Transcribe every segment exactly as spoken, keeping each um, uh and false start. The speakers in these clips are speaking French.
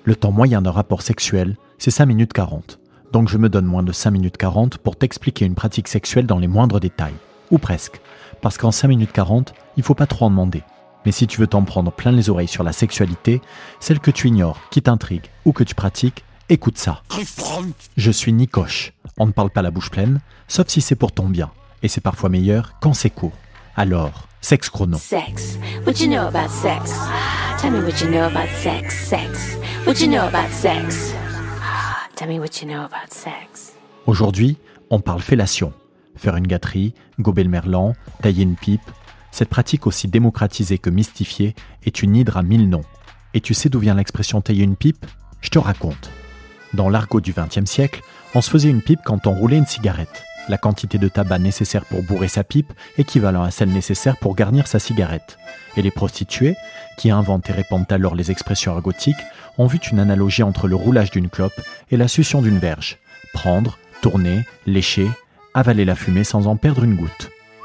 Le temps moyen d'un rapport sexuel, c'est cinq minutes quarante. Donc je me donne moins de cinq minutes quarante pour t'expliquer une pratique sexuelle dans les moindres détails. Ou presque. Parce qu'en cinq minutes quarante, il faut pas trop en demander. Mais si tu veux t'en prendre plein les oreilles sur la sexualité, celle que tu ignores, qui t'intrigue ou que tu pratiques, écoute ça. Je suis Nicoche. On ne parle pas la bouche pleine, sauf si c'est pour ton bien. Et c'est parfois meilleur quand c'est court. Alors, sexe chrono. Sex. What you know about sex? Tell me what you know about sex. Sex. What you know about sex? Tell me what you know about sex. Aujourd'hui, on parle fellation. Faire une gâterie, gober le merlan, tailler une pipe. Cette pratique aussi démocratisée que mystifiée est une hydre à mille noms. Et tu sais d'où vient l'expression tailler une pipe ? Je te raconte. Dans l'argot du vingtième siècle, on se faisait une pipe quand on roulait une cigarette. La quantité de tabac nécessaire pour bourrer sa pipe équivalent à celle nécessaire pour garnir sa cigarette. Et les prostituées, qui inventent et répandent alors les expressions argotiques, ont vu une analogie entre le roulage d'une clope et la succion d'une verge. Prendre, tourner, lécher, avaler la fumée sans en perdre une goutte.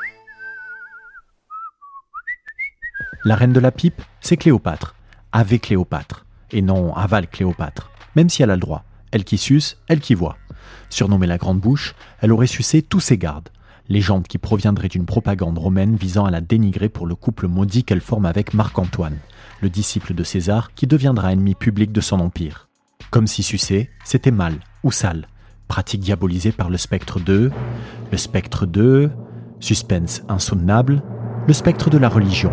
La reine de la pipe, c'est Cléopâtre. Ave Cléopâtre. Et non avale Cléopâtre. Même si elle a le droit. Elle qui suce, elle qui voit. Surnommée la Grande Bouche, elle aurait sucé tous ses gardes. Légende qui proviendrait d'une propagande romaine visant à la dénigrer pour le couple maudit qu'elle forme avec Marc-Antoine, le disciple de César qui deviendra ennemi public de son empire. Comme si sucer, c'était mal ou sale. Pratique diabolisée par le spectre de... Le spectre de... Suspense insoutenable, le spectre de la religion.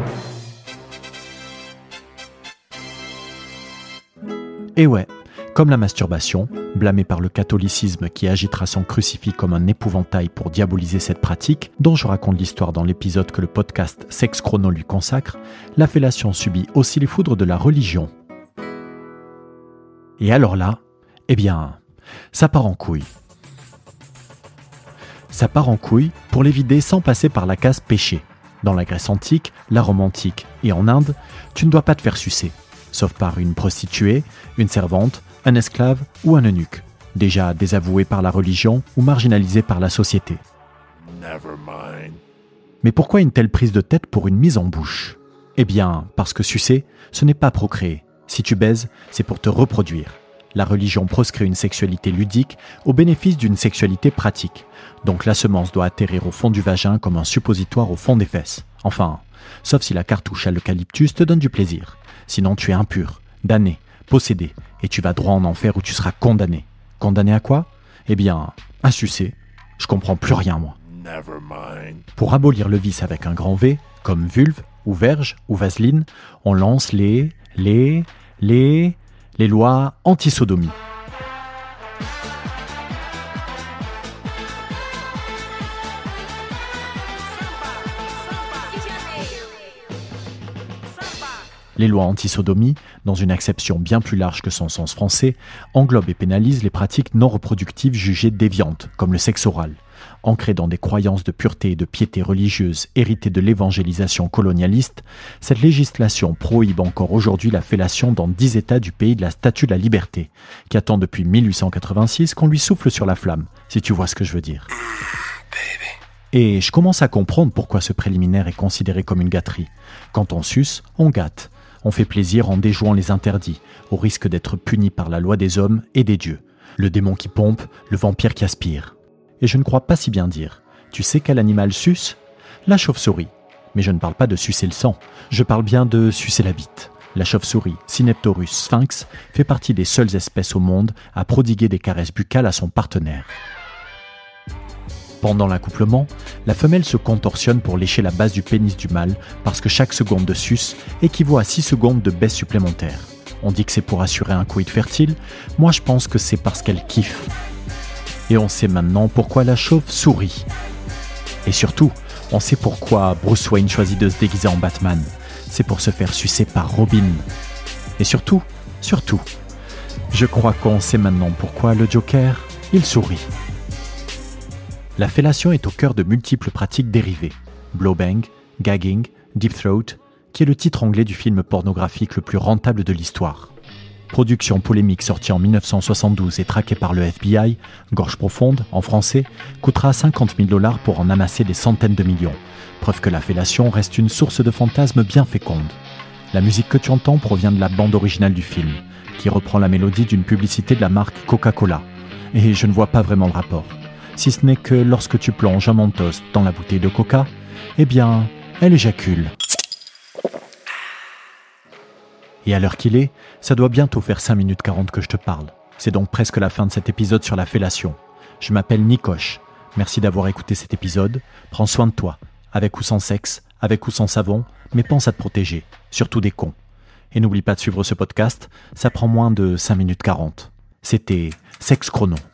Et ouais, comme la masturbation, blâmée par le catholicisme qui agitera son crucifix comme un épouvantail pour diaboliser cette pratique, dont je raconte l'histoire dans l'épisode que le podcast Sexe Chrono lui consacre, la fellation subit aussi les foudres de la religion. Et alors là, eh bien, ça part en couille. Ça part en couille pour les vider sans passer par la case péché. Dans la Grèce antique, la Rome antique et en Inde, tu ne dois pas te faire sucer. Sauf par une prostituée, une servante, un esclave ou un eunuque, déjà désavoué par la religion ou marginalisé par la société. Never mind. Mais pourquoi une telle prise de tête pour une mise en bouche ? Eh bien, parce que sucer, ce n'est pas procréer. Si tu baises, c'est pour te reproduire. La religion proscrit une sexualité ludique au bénéfice d'une sexualité pratique. Donc la semence doit atterrir au fond du vagin comme un suppositoire au fond des fesses. Enfin, sauf si la cartouche à l'eucalyptus te donne du plaisir. Sinon tu es impur, damné, possédé, et tu vas droit en enfer où tu seras condamné. Condamné à quoi ? Eh bien, à sucer. Je comprends plus rien, moi. Never mind. Pour abolir le vice avec un grand V, comme vulve, ou verge, ou vaseline, on lance les, les, les, les lois anti-sodomie. Les lois anti-sodomie, dans une acception bien plus large que son sens français, englobent et pénalisent les pratiques non reproductives jugées déviantes, comme le sexe oral. Ancrée dans des croyances de pureté et de piété religieuse héritées de l'évangélisation colonialiste, cette législation prohibe encore aujourd'hui la fellation dans dix États du pays de la Statue de la Liberté, qui attend depuis mille huit cent quatre-vingt-six qu'on lui souffle sur la flamme, si tu vois ce que je veux dire. Et je commence à comprendre pourquoi ce préliminaire est considéré comme une gâterie. Quand on suce, on gâte. On fait plaisir en déjouant les interdits, au risque d'être puni par la loi des hommes et des dieux. Le démon qui pompe, le vampire qui aspire. Et je ne crois pas si bien dire. Tu sais quel animal suce ? La chauve-souris. Mais je ne parle pas de sucer le sang, je parle bien de sucer la bite. La chauve-souris, Syneptorus sphinx, fait partie des seules espèces au monde à prodiguer des caresses buccales à son partenaire. Pendant l'accouplement, la femelle se contorsionne pour lécher la base du pénis du mâle parce que chaque seconde de suce équivaut à six secondes de baisse supplémentaire. On dit que c'est pour assurer un coït fertile, moi je pense que c'est parce qu'elle kiffe. Et on sait maintenant pourquoi la chauve sourit. Et surtout, on sait pourquoi Bruce Wayne choisit de se déguiser en Batman. C'est pour se faire sucer par Robin. Et surtout, surtout, je crois qu'on sait maintenant pourquoi le Joker, il sourit. La fellation est au cœur de multiples pratiques dérivées. Blowbang, gagging, deep throat, qui est le titre anglais du film pornographique le plus rentable de l'histoire. Production polémique sortie en dix-neuf cent soixante-douze et traquée par le F B I, Gorge profonde, en français, coûtera cinquante mille dollars pour en amasser des centaines de millions. Preuve que la fellation reste une source de fantasmes bien féconde. La musique que tu entends provient de la bande originale du film, qui reprend la mélodie d'une publicité de la marque Coca-Cola. Et je ne vois pas vraiment le rapport. Si ce n'est que lorsque tu plonges un mentos dans la bouteille de coca, eh bien, elle éjacule. Et à l'heure qu'il est, ça doit bientôt faire cinq minutes quarante que je te parle. C'est donc presque la fin de cet épisode sur la fellation. Je m'appelle Nikoche. Merci d'avoir écouté cet épisode. Prends soin de toi, avec ou sans sexe, avec ou sans savon, mais pense à te protéger, surtout des cons. Et n'oublie pas de suivre ce podcast, ça prend moins de cinq minutes quarante. C'était Sexe Chrono.